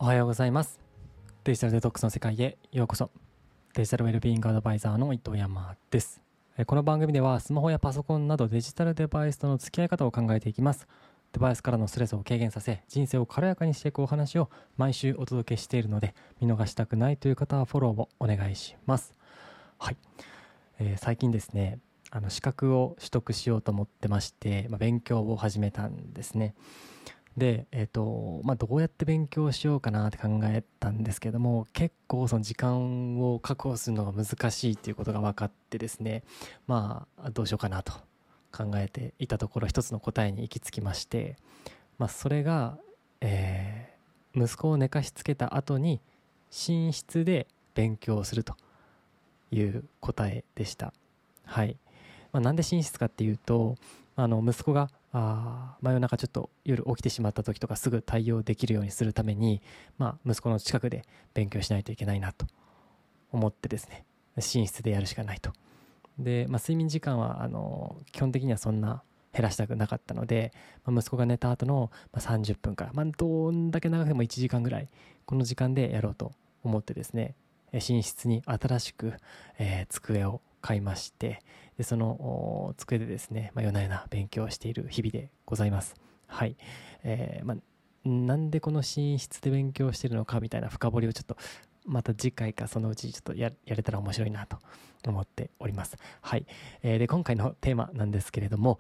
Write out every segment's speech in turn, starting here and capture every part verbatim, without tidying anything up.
おはようございます。デジタルデトックスの世界へようこそ。デジタルウェルビーイングアドバイザーの伊藤山です。この番組ではスマホやパソコンなどデジタルデバイスとの付き合い方を考えていきます。デバイスからのストレスを軽減させ、人生を軽やかにしていくお話を毎週お届けしているので、見逃したくないという方はフォローをお願いします。はい、えー、最近ですね、あの資格を取得しようと思ってまして、まあ、勉強を始めたんですね。で、えーとまあ、どうやって勉強しようかなって考えたんですけども、結構その時間を確保するのが難しいっていうことが分かってですね、まあどうしようかなと考えていたところ、一つの答えに行き着きまして、まあ、それが、えー、息子を寝かしつけた後に寝室で勉強するという答えでした。はい。まあ、なんで寝室かっていうと、あの息子があ真夜中ちょっと夜起きてしまった時とかすぐ対応できるようにするために、まあ、息子の近くで勉強しないといけないなと思ってですね、寝室でやるしかないと。で、まあ、睡眠時間はあの基本的にはそんな減らしたくなかったので、まあ、息子が寝た後のさんじゅっぷんから、まあ、どんだけ長くてもいちじかんぐらいこの時間でやろうと思ってですね、寝室に新しく、えー、机を買いまして、でその机でですね、まあ、夜な夜な勉強している日々でございます。はい、えーまあ、なんでこの寝室で勉強しているのかみたいな深掘りをちょっとまた次回かそのうちちょっと や, やれたら面白いなと思っております。はい、えー、で今回のテーマなんですけれども、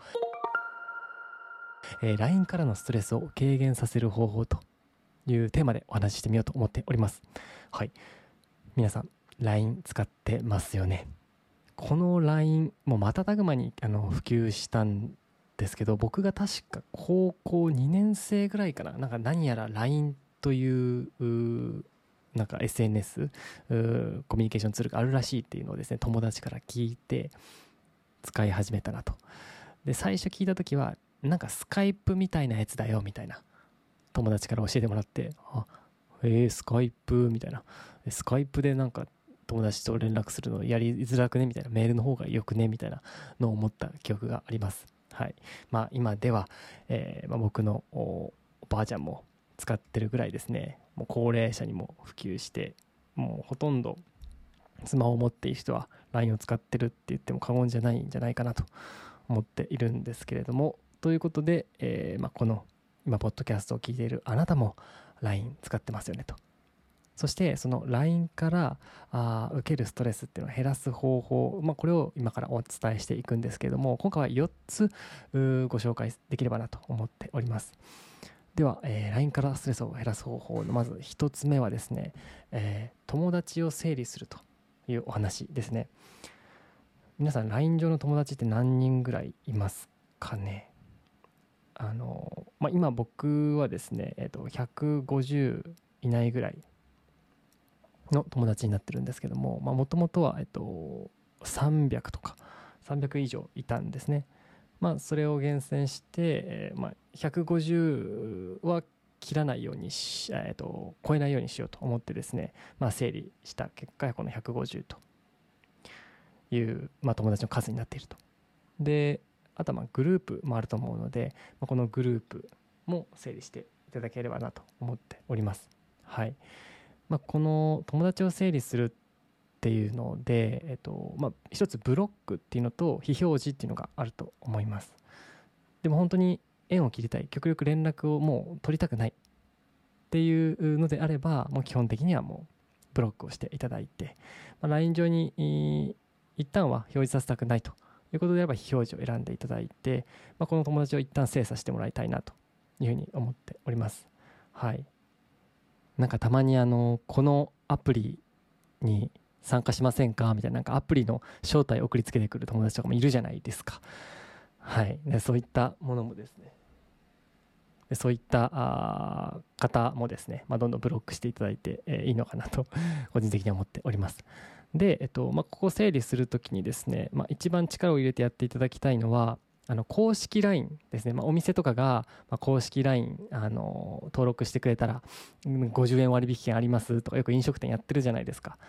えー、ライン からのストレスを軽減させる方法というテーマでお話ししてみようと思っております。はい、皆さん ライン 使ってますよね。この ライン もう瞬く間にあの普及したんですけど、僕が確か高校にねん生ぐらいかな、なんか何やら ライン というなんか エスエヌエス コミュニケーションツールがあるらしいっていうのをですね、友達から聞いて使い始めたなと。で最初聞いた時はなんかスカイプみたいなやつだよみたいな友達から教えてもらって、あえー、スカイプみたいな、スカイプでなんか友達と連絡するのやりづらくねみたいな、メールの方がよくねみたいなのを思った記憶があります。はい。まあ今では、えーまあ、僕の お, おばあちゃんも使ってるぐらいですね、もう高齢者にも普及して、もうほとんどスマホを持っている人は ライン を使ってるって言っても過言じゃないんじゃないかなと思っているんですけれども、ということで、えーまあ、この今ポッドキャストを聞いているあなたも ライン 使ってますよねと。そしてその ライン からあ受けるストレスっていうのを減らす方法、まあ、これを今からお伝えしていくんですけれども、今回はよっつご紹介できればなと思っております。では、えー、ライン からストレスを減らす方法のまずひとつめはですね、えー、友達を整理するというお話ですね。皆さん ライン 上の友達って何人ぐらいいますかね。あの、まあ、今僕はですね、えーと、ひゃくごじゅういないぐらいの友達になってるんですけども、もともとは、えっと、さんびゃくとかさんびゃく以上いたんですね。まあ、それを厳選して、えーまあ、ひゃくごじゅうは切らないようにし、えーと、超えないようにしようと思ってですね、まあ、整理した結果このひゃくごじゅうという、まあ、友達の数になっていると。であとはまあグループもあると思うので、まあ、このグループも整理していただければなと思っております。はい。まあ、この友達を整理するっていうので、えっとまあ、一つブロックっていうのと非表示っていうのがあると思います。でも本当に縁を切りたい、極力連絡をもう取りたくないっていうのであれば、もう基本的にはもうブロックをしていただいて、まあ、ライン 上に一旦は表示させたくないということであれば非表示を選んでいただいて、まあ、この友達を一旦精査してもらいたいなというふうに思っております。はい。なんかたまにあのこのアプリに参加しませんかみたいな、なんかアプリの招待を送りつけてくる友達とかもいるじゃないですか。はい。でそういったものもですね、でそういったあ方もですね、まあ、どんどんブロックしていただいて、えー、いいのかなと個人的には思っております。で、えっとまあ、ここを整理するときにですね、まあ、一番力を入れてやっていただきたいのは、あの公式 ライン ですね。まあ、お店とかが、まあ、公式 ライン あの登録してくれたらごじゅうえん割引券ありますとか、よく飲食店やってるじゃないですか。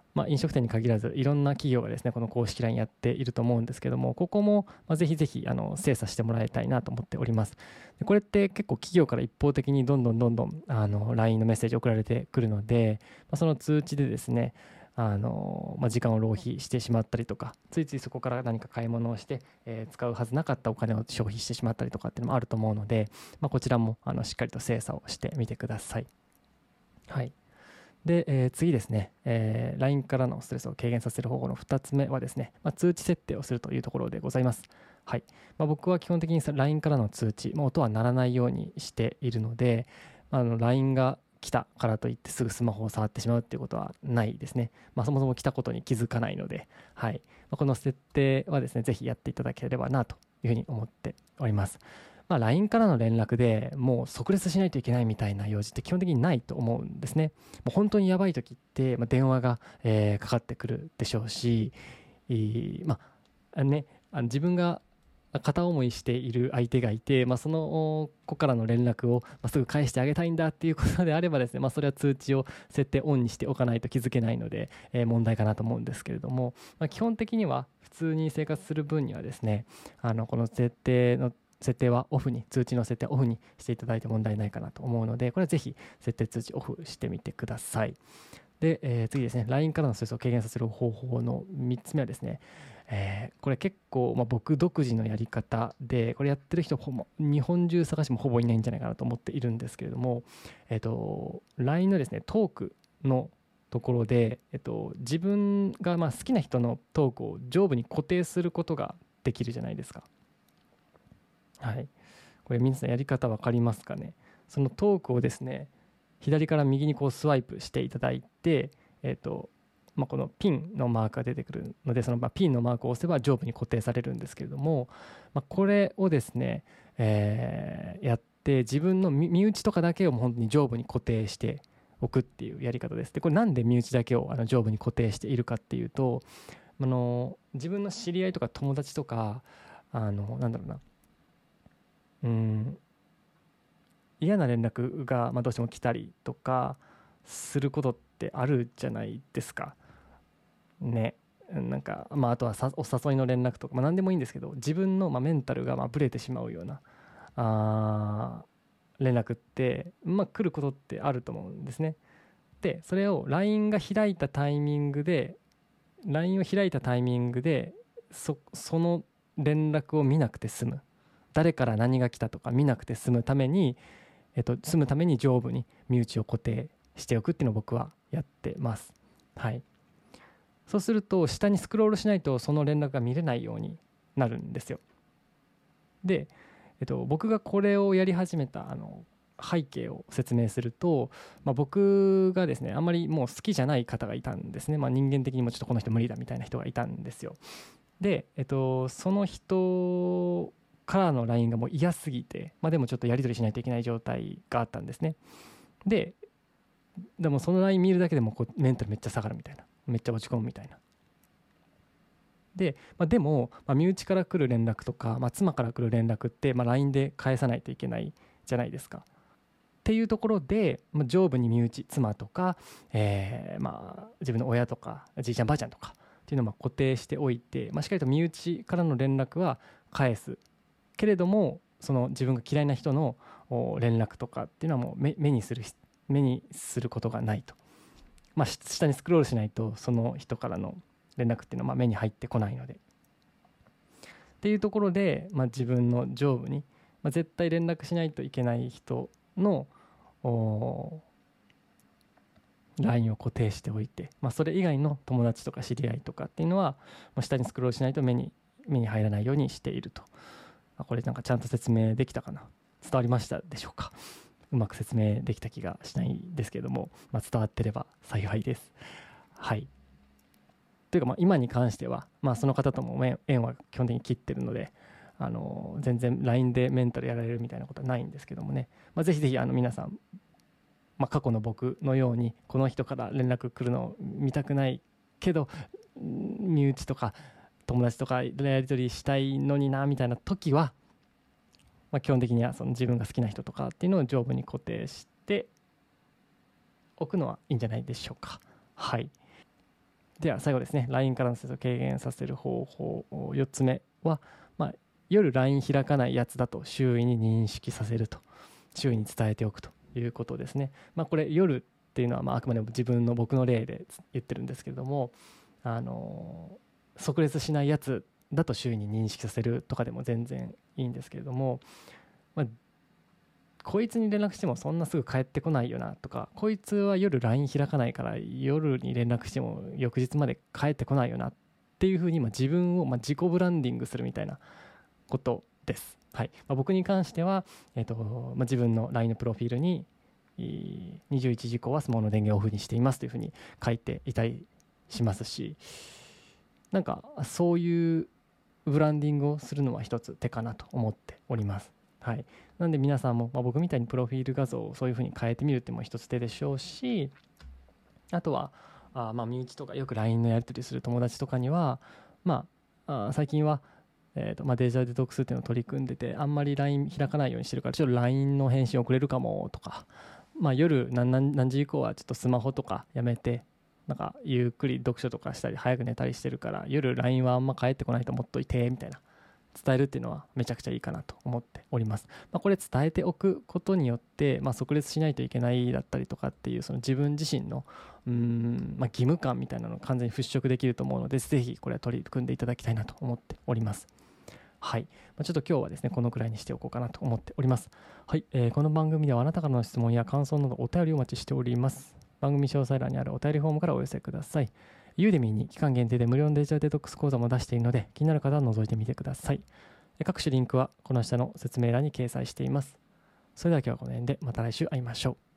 まあ、飲食店に限らずいろんな企業がですねこの公式 ライン やっていると思うんですけども、ここもまあぜひぜひあの精査してもらいたいなと思っております。でこれって結構企業から一方的にどんどんどんどんあの ライン のメッセージ送られてくるので、まあ、その通知でですねあの、まあ、時間を浪費してしまったりとか、ついついそこから何か買い物をして、えー使うはずなかったお金を消費してしまったりとかっていうのもあると思うので、まあ、こちらもあのしっかりと精査をしてみてください。はい。で、えー次ですね、えー ライン からのストレスを軽減させる方法のふたつめはですね、まあ、通知設定をするというところでございます。はい。まあ、僕は基本的にさ ライン からの通知、まあ、音は鳴らないようにしているので、あの ライン が来たからといってすぐスマホを触ってしまうっていうことはないですね。まあ、そもそも来たことに気づかないので、はい。まあ、この設定はですね、ぜひやっていただければなというふうに思っております。まあ、ライン からの連絡でもう即レスしないといけないみたいな用事って基本的にないと思うんですね。もう本当にやばい時って、まあ、電話が、えーかかってくるでしょうし、いいまあね、あの自分が片思いしている相手がいて、まあ、その子からの連絡を、まあ、すぐ返してあげたいんだっていうことであればですね、まあ、それは通知を設定オンにしておかないと気づけないので、えー問題かなと思うんですけれども、まあ、基本的には普通に生活する分にはですね、あのこの設定の設定はオフに、通知の設定はオフにしていただいて問題ないかなと思うので、これはぜひ設定通知オフしてみてください。で、えー次ですね、ライン からのストレスを軽減させる方法のみっつめはですね、えーこれ結構、まあ、僕独自のやり方で、これやってる人ほぼ日本中探してもほぼいないんじゃないかなと思っているんですけれども、えっと、ライン のですね、トークのところで、えっと、自分がまあ好きな人のトークを上部に固定することができるじゃないですか。はい。これ皆さんやり方わかりますかね。そのトークをですね、左から右にこうスワイプしていただいて、えっと、まあ、このピンのマークが出てくるので、そのまあピンのマークを押せば上部に固定されるんですけれども、まあ、これをですね、えーやって自分の身身内とかだけをもう本当に上部に固定しておくっていうやり方です。で、これなんで身内だけをあの上部に固定しているかっていうと、あの自分の知り合いとか友達とか、あのなんだろうな、うん、嫌な連絡が、まあ、どうしても来たりとかすることってあるじゃないですかね。なんか、まあ、あとはさお誘いの連絡とか、まあ、何でもいいんですけど、自分のまあメンタルがまあブレてしまうようなあー連絡って、まあ、来ることってあると思うんですね。でそれを ライン が開いたタイミングで ライン を開いたタイミングでそその連絡を見なくて済む、誰から何が来たとか見なくて済むために、えっと、住むために上部に身内を固定しておくっていうのを僕はやってます。はい。そうすると下にスクロールしないとその連絡が見れないようになるんですよ。で、えっと、僕がこれをやり始めたあの背景を説明すると、まあ、僕がですねあんまりもう好きじゃない方がいたんですね。まあ、人間的にもちょっとこの人無理だみたいな人がいたんですよ。で、えっと、その人からの ライン がもう嫌すぎて、まあ、でもちょっとやり取りしないといけない状態があったんですね。で、でもその ライン 見るだけでもこうメンタルめっちゃ下がるみたいな、めっちゃ落ち込むみたいな。で、まあ、でも、まあ、身内から来る連絡とか、まあ、妻から来る連絡って、まあ、ライン で返さないといけないじゃないですか。っていうところで、まあ、上部に身内、妻とか、えーまあ、自分の親とかじいちゃんばあちゃんとかっていうのをまあ固定しておいて、まあ、しっかりと身内からの連絡は返すけれども、その自分が嫌いな人のお連絡とかっていうのはもう目目にする目にすることがないと、まあ、し下にスクロールしないとその人からの連絡っていうのはまあ目に入ってこないのでっていうところで、まあ、自分の上部に、まあ、絶対連絡しないといけない人のお ライン を固定しておいて、まあ、それ以外の友達とか知り合いとかっていうのはもう下にスクロールしないと目に目に入らないようにしていると。あ、これなんかちゃんと説明できたかな、伝わりましたでしょうか。うまく説明できた気がしないですけれども、まあ、伝わってれば幸いです。はい。というかまあ今に関しては、まあ、その方とも縁は基本的に切ってるので、あの全然 ライン でメンタルやられるみたいなことはないんですけどもね、まあ、ぜひぜひあの皆さん、まあ、過去の僕のようにこの人から連絡来るのを見たくないけど身内とか友達とかやり取りしたいのになみたいな時は、まあ、基本的にはその自分が好きな人とかっていうのを上部に固定しておくのはいいんじゃないでしょうか。はい。 では最後ですね、 ライン からのストレスを軽減させる方法よっつめは、まあ、夜 ライン 開かないやつだと周囲に認識させると、周囲に伝えておくということですね。まあ、これ夜っていうのはまああくまでも自分の僕の例で言ってるんですけれども、あの即列しないやつだと周囲に認識させるとかでも全然いいんですけれども、まあ、こいつに連絡してもそんなすぐ帰ってこないよなとか、こいつは夜 ライン 開かないから夜に連絡しても翌日まで帰ってこないよなっていうふうに、まあ自分をまあ自己ブランディングするみたいなことです。はいまあ、僕に関しては、えーとまあ、自分の ライン のプロフィールににじゅういちじ以降はスマホの電源をオフにしていますというふうに書いていたりしますし、なんかそういうブランディングをするのは一つ手かなと思っております。はい、なんで皆さんも、まあ、僕みたいにプロフィール画像をそういうふうに変えてみるっていうのも一つ手でしょうし、あとはあまあ身内とかよく ライン のやり取りする友達とかには、まあ、あ最近は、えーとまあ、デジタルデトックスっていうのを取り組んでて、あんまり ライン 開かないようにしてるからちょっと ライン の返信遅れるかもとか、まあ、夜 何, 何, 何時以降はちょっとスマホとかやめて、なんかゆっくり読書とかしたり早く寝たりしてるから夜 ライン はあんま返ってこないと思っといてみたいな伝えるっていうのはめちゃくちゃいいかなと思っております。まあ、これ伝えておくことによって、まあ、即列しないといけないだったりとかっていうその自分自身のうーん、まあ、義務感みたいなのを完全に払拭できると思うので、ぜひこれは取り組んでいただきたいなと思っております。はい、まあ、ちょっと今日はですねこのくらいにしておこうかなと思っております。はい、えー、この番組ではあなたからの質問や感想などお便りをお待ちしております。番組詳細欄にあるお便りフォームからお寄せください。ユーデミーに期間限定で無料のデジタルデトックス講座も出しているので、気になる方は覗いてみてください。各種リンクはこの下の説明欄に掲載しています。それでは今日はこの辺で、また来週会いましょう。